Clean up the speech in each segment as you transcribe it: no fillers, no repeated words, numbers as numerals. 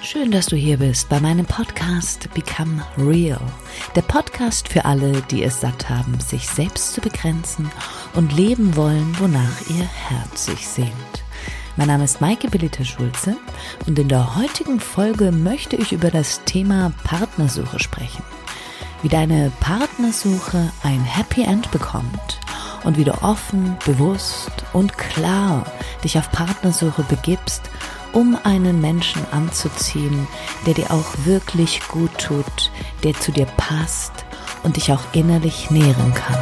Schön, dass du hier bist bei meinem Podcast Become Real. Der Podcast für alle, die es satt haben, sich selbst zu begrenzen und leben wollen, wonach ihr Herz sich sehnt. Mein Name ist Maike Billiter-Schulze und in der heutigen Folge möchte ich über das Thema Partnersuche sprechen. Wie deine Partnersuche ein Happy End bekommt und wie du offen, bewusst und klar dich auf Partnersuche begibst, um einen Menschen anzuziehen, der dir auch wirklich gut tut, der zu dir passt und dich auch innerlich nähren kann.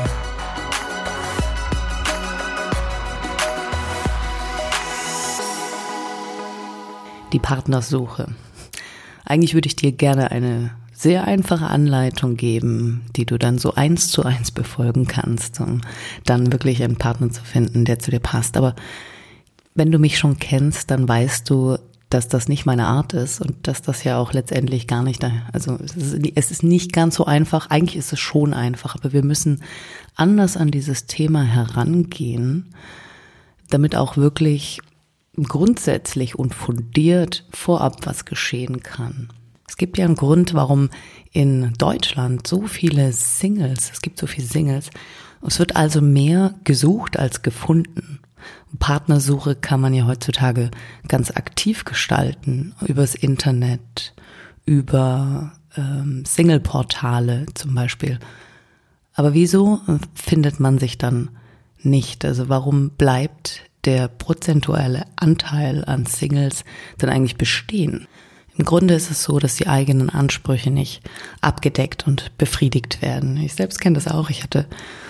Die Partnersuche. Eigentlich würde ich dir gerne eine sehr einfache Anleitung geben, die du dann so 1:1 befolgen kannst, um dann wirklich einen Partner zu finden, der zu dir passt. Aber wenn du mich schon kennst, dann weißt du, dass das nicht meine Art ist und dass das ja auch letztendlich gar nicht, also es ist nicht ganz so einfach, eigentlich ist es schon einfach, aber wir müssen anders an dieses Thema herangehen, damit auch wirklich grundsätzlich und fundiert vorab was geschehen kann. Es gibt ja einen Grund, warum in Deutschland so viele Singles, es gibt so viele Singles, es wird also mehr gesucht als gefunden. Partnersuche kann man ja heutzutage ganz aktiv gestalten, übers Internet, über Single-Portale zum Beispiel. Aber wieso findet man sich dann nicht? Also warum bleibt der prozentuelle Anteil an Singles denn eigentlich bestehen? Im Grunde ist es so, dass die eigenen Ansprüche nicht abgedeckt und befriedigt werden. Ich selbst kenne das auch. Ich hatte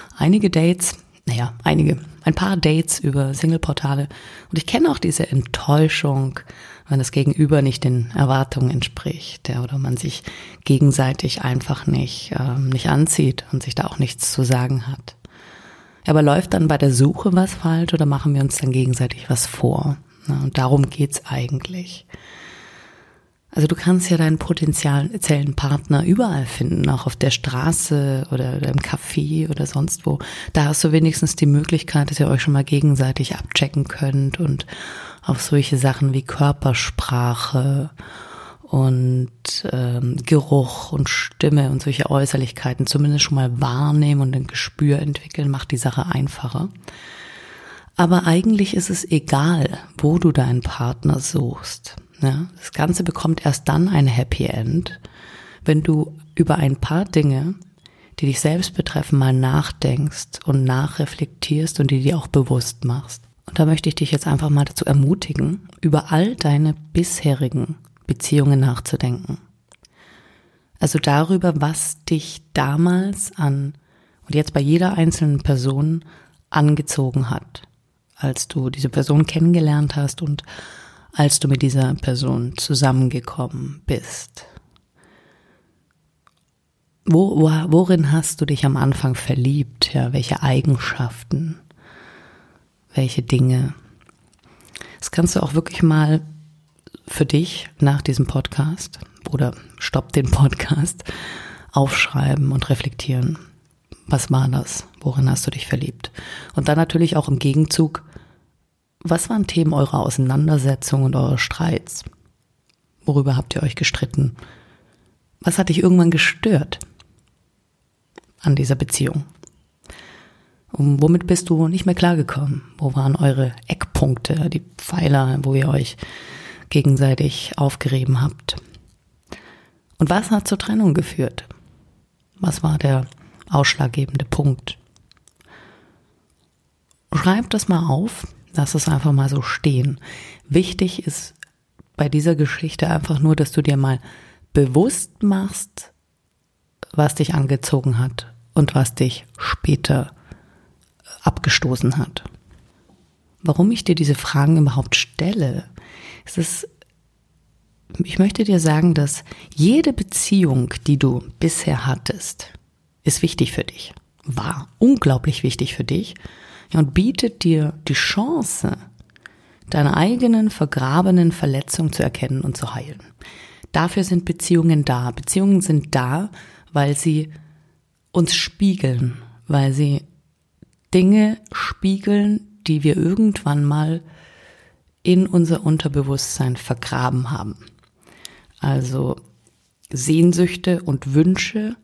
ein paar Dates über Single-Portale und ich kenne auch diese Enttäuschung, wenn das Gegenüber nicht den Erwartungen entspricht, oder man sich gegenseitig einfach nicht anzieht und sich da auch nichts zu sagen hat. Aber läuft dann bei der Suche was falsch oder machen wir uns dann gegenseitig was vor? Und darum geht's eigentlich. Also du kannst ja deinen potenziellen Partner überall finden, auch auf der Straße oder im Café oder sonst wo. Da hast du wenigstens die Möglichkeit, dass ihr euch schon mal gegenseitig abchecken könnt und auf solche Sachen wie Körpersprache und Geruch und Stimme und solche Äußerlichkeiten zumindest schon mal wahrnehmen und ein Gespür entwickeln, macht die Sache einfacher. Aber eigentlich ist es egal, wo du deinen Partner suchst. Ja, das Ganze bekommt erst dann ein Happy End, wenn du über ein paar Dinge, die dich selbst betreffen, mal nachdenkst und nachreflektierst und die dir auch bewusst machst. Und da möchte ich dich jetzt einfach mal dazu ermutigen, über all deine bisherigen Beziehungen nachzudenken. Also darüber, was dich damals und jetzt bei jeder einzelnen Person angezogen hat, als du diese Person kennengelernt hast und als du mit dieser Person zusammengekommen bist. Worin hast du dich am Anfang verliebt? Ja, welche Eigenschaften? Welche Dinge? Das kannst du auch wirklich mal für dich nach diesem Podcast oder stopp den Podcast aufschreiben und reflektieren. Was war das? Worin hast du dich verliebt? Und dann natürlich auch im Gegenzug, was waren Themen eurer Auseinandersetzung und eurer Streits? Worüber habt ihr euch gestritten? Was hat dich irgendwann gestört an dieser Beziehung? Und womit bist du nicht mehr klargekommen? Wo waren eure Eckpunkte, die Pfeiler, wo ihr euch gegenseitig aufgerieben habt? Und was hat zur Trennung geführt? Was war der ausschlaggebende Punkt? Schreib das mal auf. Lass es einfach mal so stehen. Wichtig ist bei dieser Geschichte einfach nur, dass du dir mal bewusst machst, was dich angezogen hat und was dich später abgestoßen hat. Warum ich dir diese Fragen überhaupt stelle, ich möchte dir sagen, dass jede Beziehung, die du bisher hattest, ist wichtig für dich, war unglaublich wichtig für dich. Und bietet dir die Chance, deine eigenen vergrabenen Verletzungen zu erkennen und zu heilen. Dafür sind Beziehungen da. Beziehungen sind da, weil sie uns spiegeln, weil sie Dinge spiegeln, die wir irgendwann mal in unser Unterbewusstsein vergraben haben. Also Sehnsüchte und Wünsche,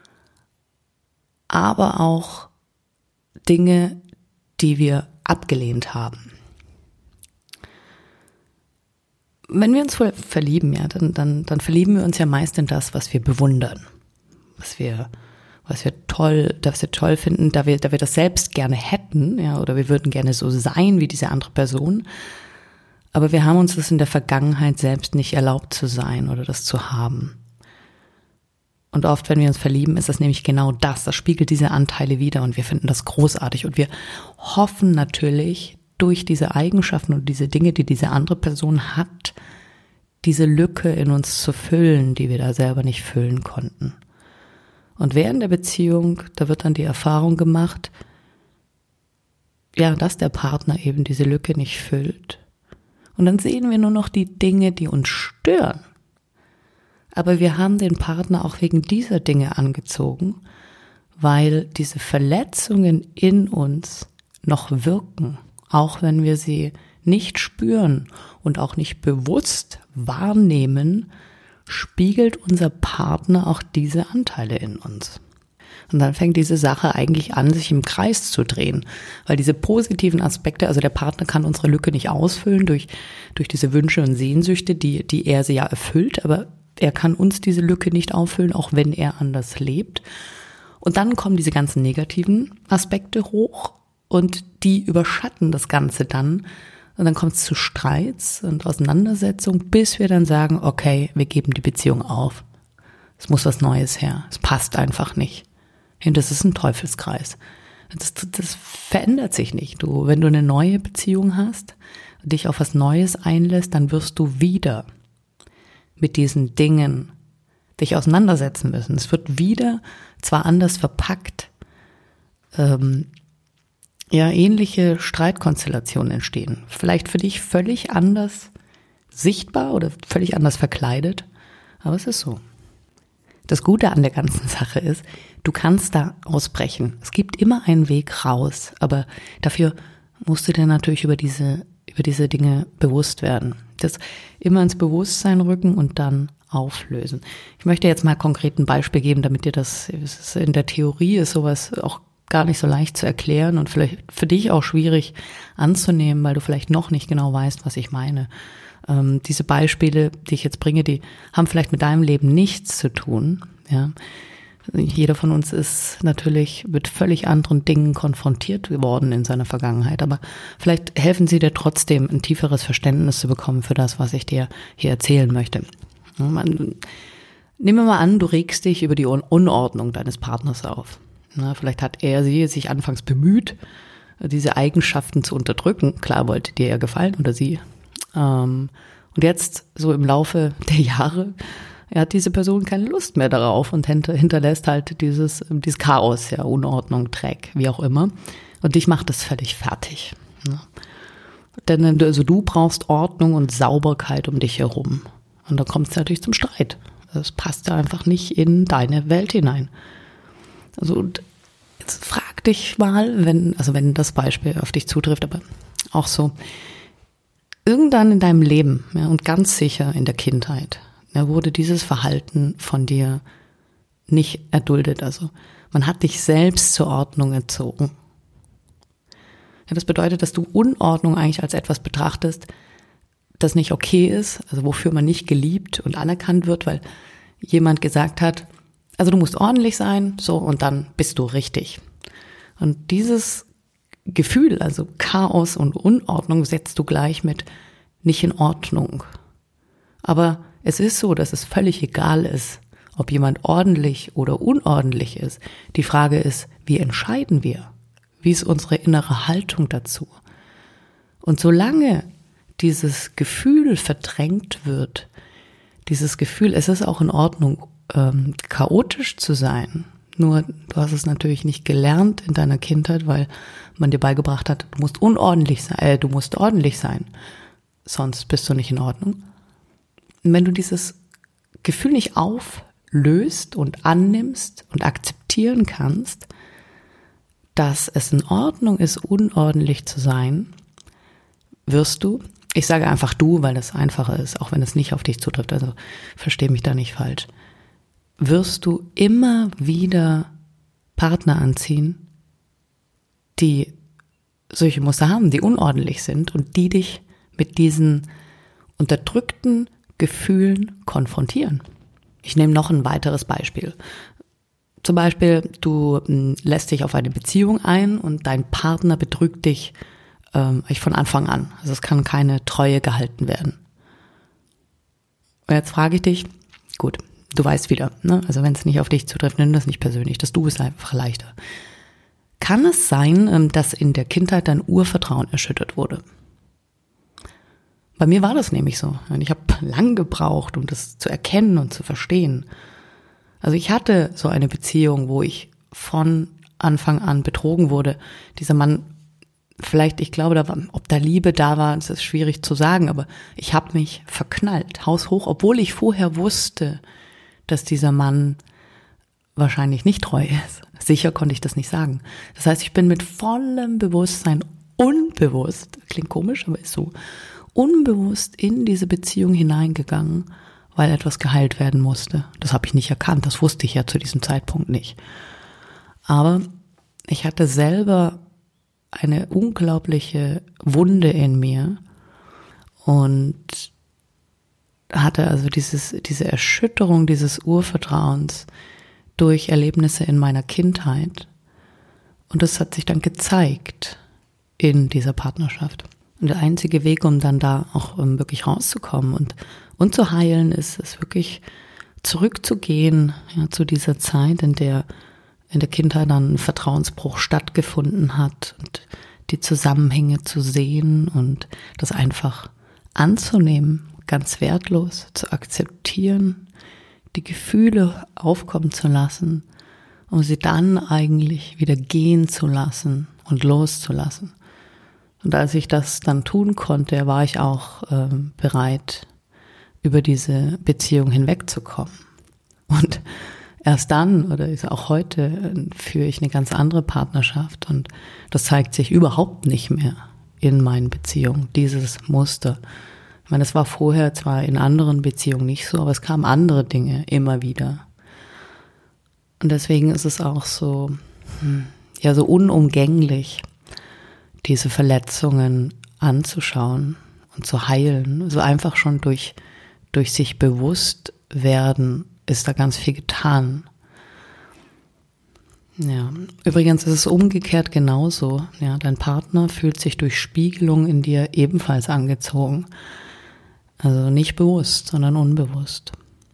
aber auch Dinge, die wir abgelehnt haben. Wenn wir uns verlieben, ja, dann verlieben wir uns ja meist in das, was wir bewundern, was wir toll finden, da wir das selbst gerne hätten, ja, oder wir würden gerne so sein wie diese andere Person. Aber wir haben uns das in der Vergangenheit selbst nicht erlaubt zu sein oder das zu haben. Und oft, wenn wir uns verlieben, ist das nämlich genau das spiegelt diese Anteile wider und wir finden das großartig und wir hoffen natürlich durch diese Eigenschaften und diese Dinge, die diese andere Person hat, diese Lücke in uns zu füllen, die wir da selber nicht füllen konnten. Und während der Beziehung, da wird dann die Erfahrung gemacht, ja, dass der Partner eben diese Lücke nicht füllt. Und dann sehen wir nur noch die Dinge, die uns stören. Aber wir haben den Partner auch wegen dieser Dinge angezogen, weil diese Verletzungen in uns noch wirken, auch wenn wir sie nicht spüren und auch nicht bewusst wahrnehmen, spiegelt unser Partner auch diese Anteile in uns. Und dann fängt diese Sache eigentlich an, sich im Kreis zu drehen, weil diese positiven Aspekte, also der Partner kann unsere Lücke nicht ausfüllen durch diese Wünsche und Sehnsüchte, die er sie ja erfüllt, aber er kann uns diese Lücke nicht auffüllen, auch wenn er anders lebt. Und dann kommen diese ganzen negativen Aspekte hoch und die überschatten das Ganze dann. Und dann kommt es zu Streits und Auseinandersetzungen, bis wir dann sagen, okay, wir geben die Beziehung auf. Es muss was Neues her. Es passt einfach nicht. Und das ist ein Teufelskreis. Das verändert sich nicht. Wenn du eine neue Beziehung hast, dich auf was Neues einlässt, dann wirst du wieder mit diesen Dingen dich auseinandersetzen müssen. Es wird wieder zwar anders verpackt, ähnliche Streitkonstellationen entstehen. Vielleicht für dich völlig anders sichtbar oder völlig anders verkleidet, aber es ist so. Das Gute an der ganzen Sache ist, du kannst da ausbrechen. Es gibt immer einen Weg raus, aber dafür musst du dir natürlich über diese Dinge bewusst werden. Das immer ins Bewusstsein rücken und dann auflösen. Ich möchte jetzt mal konkret ein Beispiel geben, damit dir das in der Theorie ist sowas auch gar nicht so leicht zu erklären und vielleicht für dich auch schwierig anzunehmen, weil du vielleicht noch nicht genau weißt, was ich meine. Diese Beispiele, die ich jetzt bringe, die haben vielleicht mit deinem Leben nichts zu tun. Ja, jeder von uns ist natürlich mit völlig anderen Dingen konfrontiert geworden in seiner Vergangenheit, aber vielleicht helfen sie dir trotzdem, ein tieferes Verständnis zu bekommen für das, was ich dir hier erzählen möchte. Nehmen wir mal an, du regst dich über die Unordnung deines Partners auf. Vielleicht hat sie sich anfangs bemüht, diese Eigenschaften zu unterdrücken. Klar wollte dir ja gefallen oder sie. Und jetzt, so im Laufe der Jahre, hat diese Person keine Lust mehr darauf und hinterlässt halt dieses Chaos, ja, Unordnung, Dreck, wie auch immer. Und dich macht das völlig fertig. Ne? Denn also du brauchst Ordnung und Sauberkeit um dich herum. Und da kommt es natürlich zum Streit. Das passt ja einfach nicht in deine Welt hinein. Also jetzt frag dich mal, wenn das Beispiel auf dich zutrifft, aber auch so, irgendwann in deinem Leben, ja, und ganz sicher in der Kindheit, ja, wurde dieses Verhalten von dir nicht erduldet. Also man hat dich selbst zur Ordnung erzogen. Ja, das bedeutet, dass du Unordnung eigentlich als etwas betrachtest, das nicht okay ist, also wofür man nicht geliebt und anerkannt wird, weil jemand gesagt hat, also du musst ordentlich sein, so, und dann bist du richtig. Und dieses Gefühl, also Chaos und Unordnung, setzt du gleich mit nicht in Ordnung. Aber es ist so, dass es völlig egal ist, ob jemand ordentlich oder unordentlich ist. Die Frage ist, wie entscheiden wir? Wie ist unsere innere Haltung dazu? Und solange dieses Gefühl verdrängt wird, dieses Gefühl, es ist auch in Ordnung, chaotisch zu sein. Nur du hast es natürlich nicht gelernt in deiner Kindheit, weil man dir beigebracht hat, du musst ordentlich sein, sonst bist du nicht in Ordnung. Und wenn du dieses Gefühl nicht auflöst und annimmst und akzeptieren kannst, dass es in Ordnung ist, unordentlich zu sein, wirst du, Ich sage einfach du, weil es einfacher ist, auch wenn es nicht auf dich zutrifft, also versteh mich da nicht falsch. Wirst du immer wieder Partner anziehen, die solche Muster haben, die unordentlich sind und die dich mit diesen unterdrückten Gefühlen konfrontieren. Ich nehme noch ein weiteres Beispiel. Zum Beispiel, du lässt dich auf eine Beziehung ein und dein Partner betrügt dich von Anfang an. Also es kann keine Treue gehalten werden. Und jetzt frage ich dich, gut, du weißt wieder, ne? Also wenn es nicht auf dich zutrifft, nimm das nicht persönlich, das Du ist einfach leichter. Kann es sein, dass in der Kindheit dein Urvertrauen erschüttert wurde? Bei mir war das nämlich so. Und ich habe lang gebraucht, um das zu erkennen und zu verstehen. Also ich hatte so eine Beziehung, wo ich von Anfang an betrogen wurde. Dieser Mann, vielleicht, ich glaube, ob da Liebe da war, das ist schwierig zu sagen, aber ich habe mich verknallt, haushoch, obwohl ich vorher wusste, dass dieser Mann wahrscheinlich nicht treu ist. Sicher konnte ich das nicht sagen. Das heißt, ich bin mit vollem Bewusstsein, unbewusst, klingt komisch, aber ist so, unbewusst in diese Beziehung hineingegangen, weil etwas geheilt werden musste. Das habe ich nicht erkannt, das wusste ich ja zu diesem Zeitpunkt nicht. Aber ich hatte selber eine unglaubliche Wunde in mir und hatte also diese Erschütterung dieses Urvertrauens durch Erlebnisse in meiner Kindheit. Und das hat sich dann gezeigt in dieser Partnerschaft. Und der einzige Weg, um dann da auch wirklich rauszukommen und zu heilen, ist wirklich zurückzugehen, ja, zu dieser Zeit, in der Kindheit dann ein Vertrauensbruch stattgefunden hat und die Zusammenhänge zu sehen und das einfach anzunehmen, ganz wertlos zu akzeptieren, die Gefühle aufkommen zu lassen, um sie dann eigentlich wieder gehen zu lassen und loszulassen. Und als ich das dann tun konnte, war ich auch bereit, über diese Beziehung hinwegzukommen. Und erst dann, oder auch heute, führe ich eine ganz andere Partnerschaft und das zeigt sich überhaupt nicht mehr in meinen Beziehungen, dieses Muster. Ich meine, es war vorher zwar in anderen Beziehungen nicht so, aber es kamen andere Dinge immer wieder. Und deswegen ist es auch so, so unumgänglich, diese Verletzungen anzuschauen und zu heilen. Also einfach schon durch sich bewusst werden, ist da ganz viel getan. Ja, übrigens ist es umgekehrt genauso. Ja, dein Partner fühlt sich durch Spiegelung in dir ebenfalls angezogen. Also nicht bewusst, sondern unbewusst.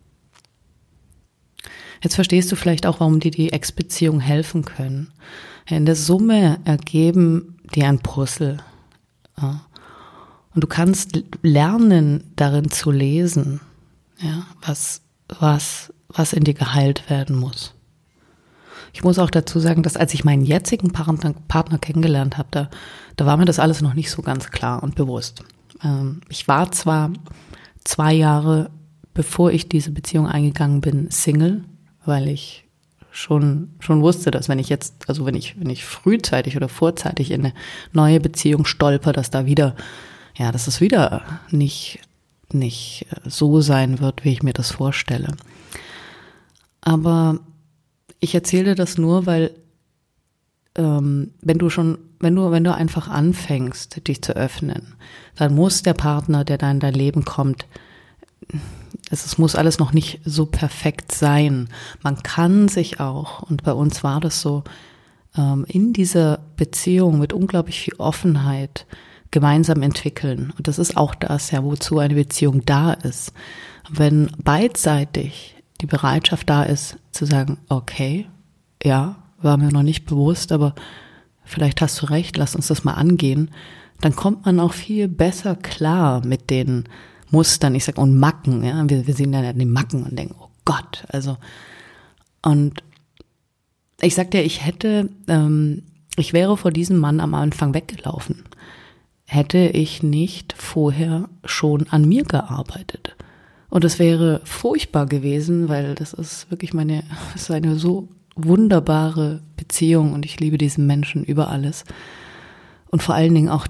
Jetzt verstehst du vielleicht auch, warum dir die Ex-Beziehungen helfen können. In der Summe ergeben die ein Puzzle. Ja. Und du kannst lernen, darin zu lesen, ja, was in dir geheilt werden muss. Ich muss auch dazu sagen, dass als ich meinen jetzigen Partner kennengelernt habe, da war mir das alles noch nicht so ganz klar und bewusst. Ich war zwar 2 Jahre, bevor ich diese Beziehung eingegangen bin, Single, weil ich schon wusste, dass wenn ich frühzeitig oder vorzeitig in eine neue Beziehung stolper, dass es wieder nicht so sein wird, wie ich mir das vorstelle. Aber ich erzähle das nur, weil wenn du einfach anfängst, dich zu öffnen, dann muss der Partner, der da in dein Leben kommt, es muss alles noch nicht so perfekt sein. Man kann sich auch, und bei uns war das so, in dieser Beziehung mit unglaublich viel Offenheit gemeinsam entwickeln. Und das ist auch das, ja, wozu eine Beziehung da ist. Wenn beidseitig die Bereitschaft da ist, zu sagen, okay, ja, war mir noch nicht bewusst, aber vielleicht hast du recht, lass uns das mal angehen, dann kommt man auch viel besser klar mit den Mustern, und Macken, ja, wir sehen dann die Macken und denken, oh Gott, also, und ich sag dir, ich wäre vor diesem Mann am Anfang weggelaufen, hätte ich nicht vorher schon an mir gearbeitet. Und es wäre furchtbar gewesen, weil das ist wirklich es ist eine so wunderbare Beziehung und ich liebe diesen Menschen über alles. Und vor allen Dingen auch die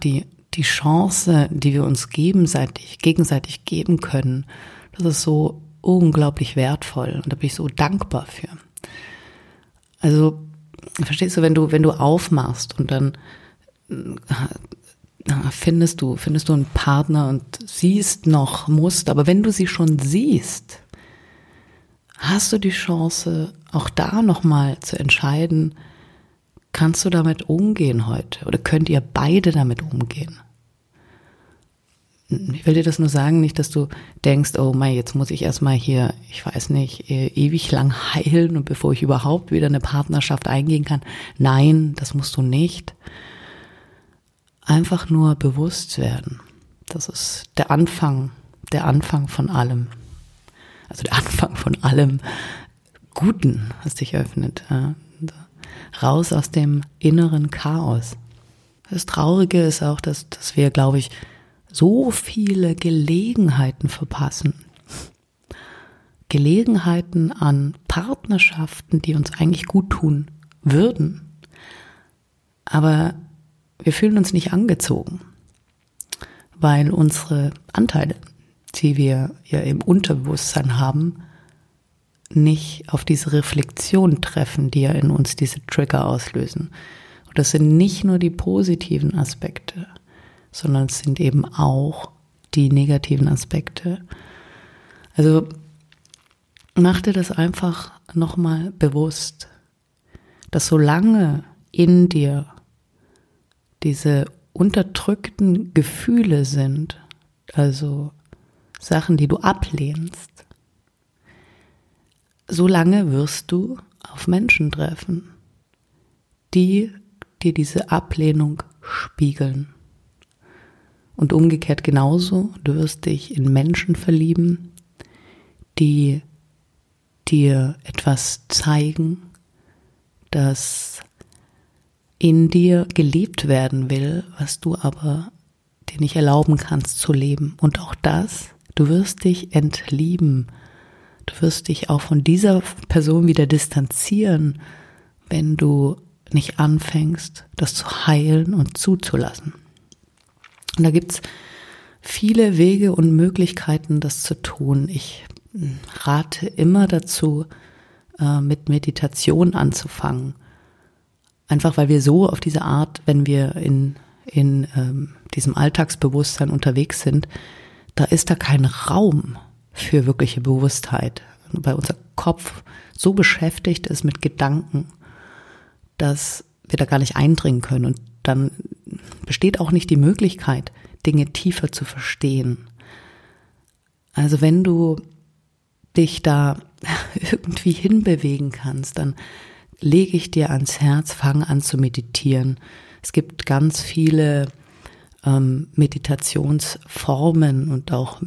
die Chance, die wir uns gegenseitig geben können, das ist so unglaublich wertvoll und da bin ich so dankbar für. Also, verstehst du, wenn du aufmachst und dann findest du einen Partner und musst, aber wenn du sie schon siehst, hast du die Chance, auch da nochmal zu entscheiden, kannst du damit umgehen heute oder könnt ihr beide damit umgehen? Ich will dir das nur sagen, nicht, dass du denkst, oh mein, jetzt muss ich erstmal hier, ich weiß nicht, ewig lang heilen und bevor ich überhaupt wieder eine Partnerschaft eingehen kann. Nein, das musst du nicht. Einfach nur bewusst werden. Das ist der Anfang von allem. Also der Anfang von allem Guten, was dich öffnet. Ja. Raus aus dem inneren Chaos. Das Traurige ist auch, dass wir, glaube ich, so viele Gelegenheiten verpassen. Gelegenheiten an Partnerschaften, die uns eigentlich gut tun würden. Aber wir fühlen uns nicht angezogen, weil unsere Anteile, die wir ja im Unterbewusstsein haben, nicht auf diese Reflexion treffen, die ja in uns diese Trigger auslösen. Und das sind nicht nur die positiven Aspekte, sondern es sind eben auch die negativen Aspekte. Also mach dir das einfach nochmal bewusst, dass solange in dir diese unterdrückten Gefühle sind, also Sachen, die du ablehnst, solange wirst du auf Menschen treffen, die dir diese Ablehnung spiegeln. Und umgekehrt genauso, du wirst dich in Menschen verlieben, die dir etwas zeigen, das in dir gelebt werden will, was du aber dir nicht erlauben kannst zu leben. Und auch das, du wirst dich entlieben. Du wirst dich auch von dieser Person wieder distanzieren, wenn du nicht anfängst, das zu heilen und zuzulassen. Und da gibt's viele Wege und Möglichkeiten, das zu tun. Ich rate immer dazu, mit Meditation anzufangen. Einfach weil wir so auf diese Art, wenn wir in diesem Alltagsbewusstsein unterwegs sind, da ist da kein Raum für wirkliche Bewusstheit. Weil unser Kopf so beschäftigt ist mit Gedanken, dass wir da gar nicht eindringen können. Und dann besteht auch nicht die Möglichkeit, Dinge tiefer zu verstehen. Also wenn du dich da irgendwie hinbewegen kannst, dann lege ich dir ans Herz, fang an zu meditieren. Es gibt ganz viele Meditationsformen und auch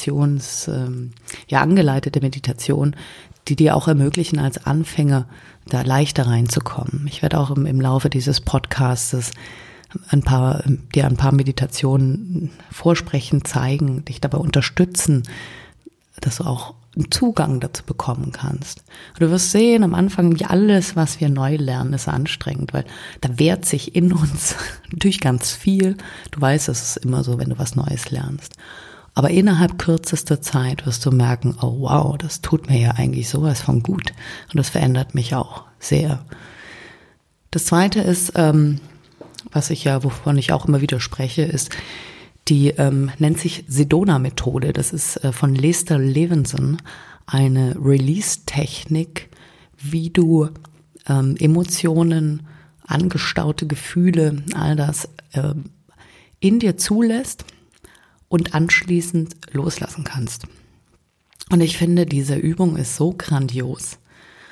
angeleitete Meditation, die dir auch ermöglichen, als Anfänger da leichter reinzukommen. Ich werde auch im Laufe dieses Podcastes dir ein paar Meditationen vorsprechen, zeigen, dich dabei unterstützen, dass du auch einen Zugang dazu bekommen kannst. Und du wirst sehen, am Anfang, wie alles, was wir neu lernen, ist anstrengend, weil da wehrt sich in uns natürlich ganz viel. Du weißt, es ist immer so, wenn du was Neues lernst. Aber innerhalb kürzester Zeit wirst du merken, oh wow, das tut mir ja eigentlich sowas von gut. Und das verändert mich auch sehr. Das Zweite ist, wovon ich auch immer wieder spreche, ist, die nennt sich Sedona-Methode. Das ist von Lester Levinson eine Release-Technik, wie du Emotionen, angestaute Gefühle, all das in dir zulässt und anschließend loslassen kannst. Und ich finde, diese Übung ist so grandios.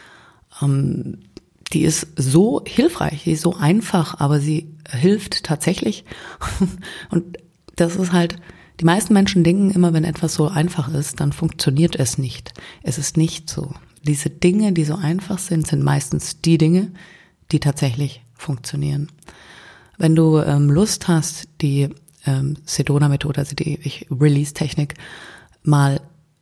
Die ist so hilfreich, die ist so einfach, aber sie hilft tatsächlich. Und das ist halt, die meisten Menschen denken immer, wenn etwas so einfach ist, dann funktioniert es nicht. Es ist nicht so. Diese Dinge, die so einfach sind, sind meistens die Dinge, die tatsächlich funktionieren. Wenn du Lust hast, die Sedona-Methode, also die Release-Technik, mal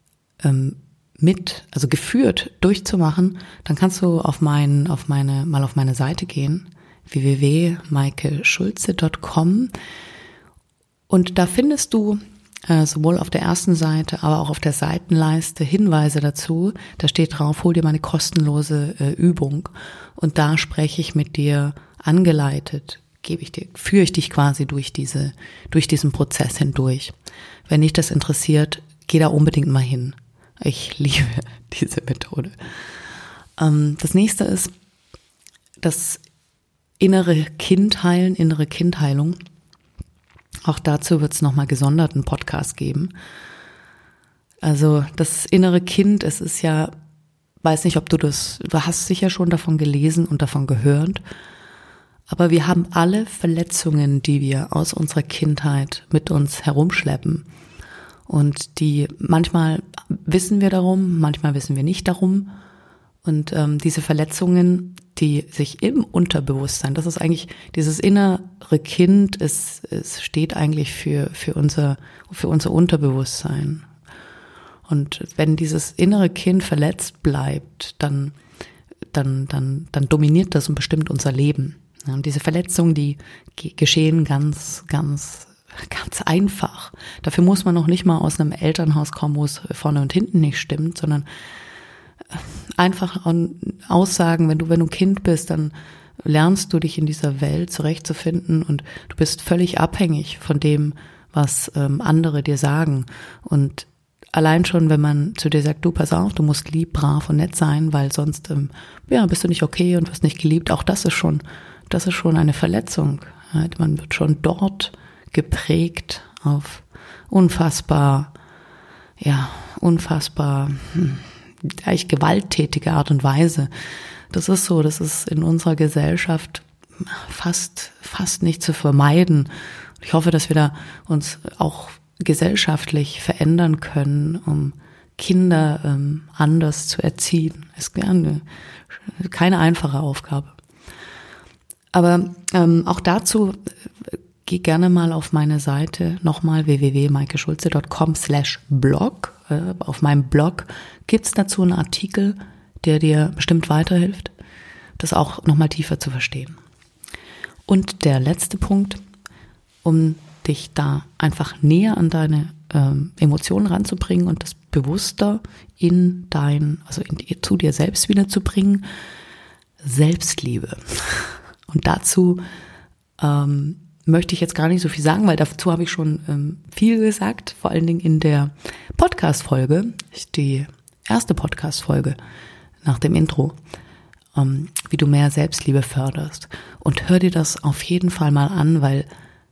geführt durchzumachen, dann kannst du auf meine Seite gehen, www.maikeschulze.com, Und da findest du sowohl auf der ersten Seite, aber auch auf der Seitenleiste Hinweise dazu. Da steht drauf, hol dir mal eine kostenlose Übung. Und da spreche ich mit dir angeleitet, führe ich dich quasi durch diesen Prozess hindurch. Wenn dich das interessiert, geh da unbedingt mal hin. Ich liebe diese Methode. Das nächste ist das innere Kindheilung. Auch dazu wird es nochmal gesonderten Podcast geben. Also das innere Kind, es ist ja, weiß nicht, ob du hast sicher schon davon gelesen und davon gehört, aber wir haben alle Verletzungen, die wir aus unserer Kindheit mit uns herumschleppen. Und die, manchmal wissen wir darum, manchmal wissen wir nicht darum. Und diese Verletzungen, die sich im Unterbewusstsein, das ist eigentlich dieses innere Kind, es steht eigentlich für unser Unterbewusstsein. Und wenn dieses innere Kind verletzt bleibt, dann dominiert das und bestimmt unser Leben. Ja, und diese Verletzungen, die geschehen ganz einfach. Dafür muss man noch nicht mal aus einem Elternhaus kommen, wo es vorne und hinten nicht stimmt, sondern einfach Aussagen, wenn du ein Kind bist, dann lernst du dich in dieser Welt zurechtzufinden und du bist völlig abhängig von dem, was andere dir sagen. Und allein schon, wenn man zu dir sagt, du pass auf, du musst lieb, brav und nett sein, weil sonst bist du nicht okay und wirst nicht geliebt, auch das ist schon eine Verletzung. Man wird schon dort geprägt auf unfassbar eigentlich gewalttätige Art und Weise. Das ist in unserer Gesellschaft fast nicht zu vermeiden. Ich hoffe, dass wir da uns auch gesellschaftlich verändern können, um Kinder anders zu erziehen. Ist keine einfache Aufgabe. Aber auch dazu geh gerne mal auf meine Seite, nochmal www.maikeschulze.com/blog. Auf meinem Blog gibt's dazu einen Artikel, der dir bestimmt weiterhilft, das auch nochmal tiefer zu verstehen. Und der letzte Punkt, um dich da einfach näher an deine Emotionen ranzubringen und das bewusster zu dir selbst wiederzubringen, Selbstliebe. Und dazu möchte ich jetzt gar nicht so viel sagen, weil dazu habe ich schon viel gesagt, vor allen Dingen in der Podcast-Folge, die erste Podcast-Folge nach dem Intro, wie du mehr Selbstliebe förderst. Und hör dir das auf jeden Fall mal an, weil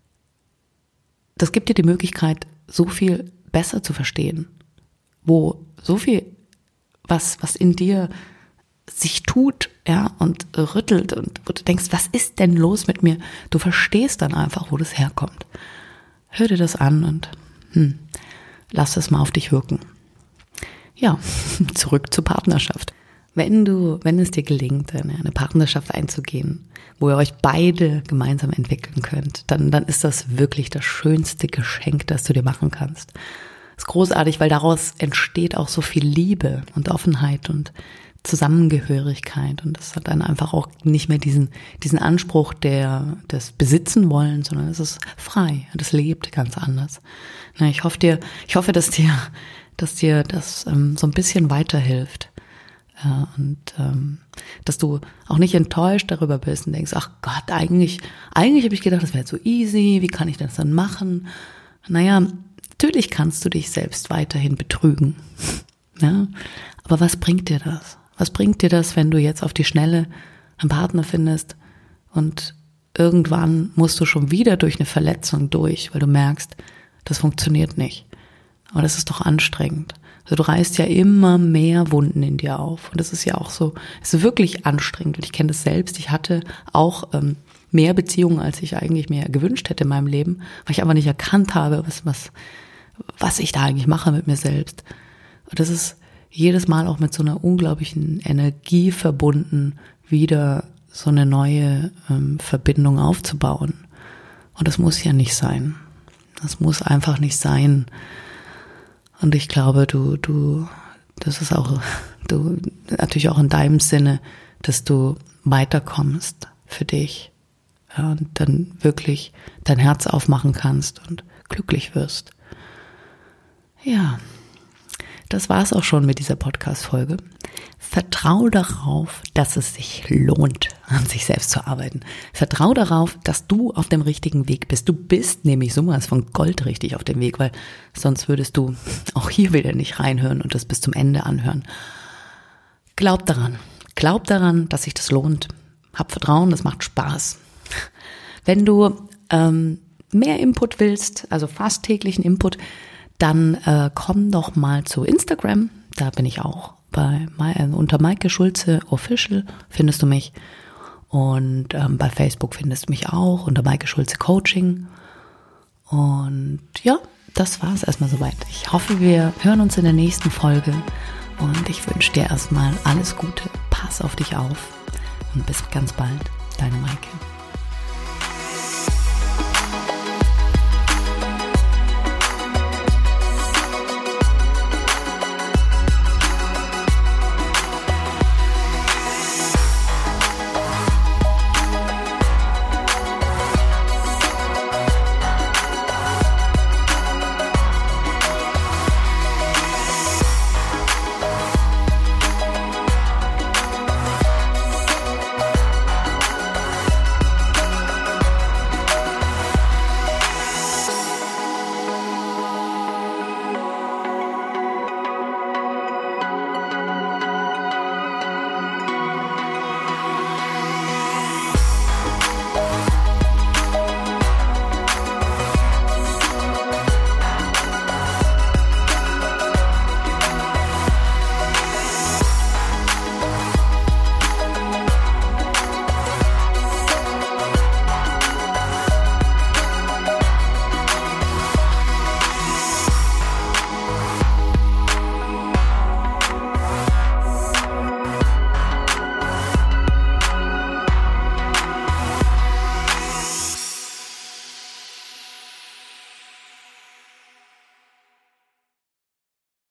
das gibt dir die Möglichkeit, so viel besser zu verstehen, wo so viel, was in dir sich tut, ja, und rüttelt und wo du denkst, was ist denn los mit mir? Du verstehst dann einfach, wo das herkommt. Hör dir das an und lass das mal auf dich wirken. Ja, zurück zur Partnerschaft. Wenn es dir gelingt, eine Partnerschaft einzugehen, wo ihr euch beide gemeinsam entwickeln könnt, dann ist das wirklich das schönste Geschenk, das du dir machen kannst. Das ist großartig, weil daraus entsteht auch so viel Liebe und Offenheit und Zusammengehörigkeit, und das hat dann einfach auch nicht mehr diesen Anspruch des Besitzen wollen, sondern es ist frei, das lebt ganz anders. Ich hoffe, dass dir das so ein bisschen weiterhilft, und dass du auch nicht enttäuscht darüber bist und denkst, ach Gott, eigentlich habe ich gedacht, das wäre so easy, wie kann ich das dann machen? Natürlich kannst du dich selbst weiterhin betrügen, ja, aber was bringt dir das? Was bringt dir das, wenn du jetzt auf die Schnelle einen Partner findest und irgendwann musst du schon wieder durch eine Verletzung durch, weil du merkst, das funktioniert nicht. Aber das ist doch anstrengend. Also du reißt ja immer mehr Wunden in dir auf. Und das ist ja auch so, es ist wirklich anstrengend. Und ich kenne das selbst. Ich hatte auch mehr Beziehungen, als ich eigentlich mir gewünscht hätte in meinem Leben, weil ich einfach nicht erkannt habe, was ich da eigentlich mache mit mir selbst. Und das ist jedes Mal auch mit so einer unglaublichen Energie verbunden, wieder so eine neue Verbindung aufzubauen. Und das muss ja nicht sein. Das muss einfach nicht sein. Und ich glaube, das ist auch, natürlich auch in deinem Sinne, dass du weiterkommst für dich, ja, und dann wirklich dein Herz aufmachen kannst und glücklich wirst. Ja, das war's auch schon mit dieser Podcast-Folge. Vertrau darauf, dass es sich lohnt, an sich selbst zu arbeiten. Vertrau darauf, dass du auf dem richtigen Weg bist. Du bist nämlich sowas von goldrichtig auf dem Weg, weil sonst würdest du auch hier wieder nicht reinhören und das bis zum Ende anhören. Glaub daran, dass sich das lohnt. Hab Vertrauen, das macht Spaß. Wenn du mehr Input willst, also fast täglichen Input, dann komm doch mal zu Instagram. Da bin ich auch. Unter Maike Schulze Official findest du mich. Und bei Facebook findest du mich auch unter Maike Schulze Coaching. Und ja, das war's erstmal soweit. Ich hoffe, wir hören uns in der nächsten Folge. Und ich wünsche dir erstmal alles Gute. Pass auf dich auf. Und bis ganz bald. Deine Maike.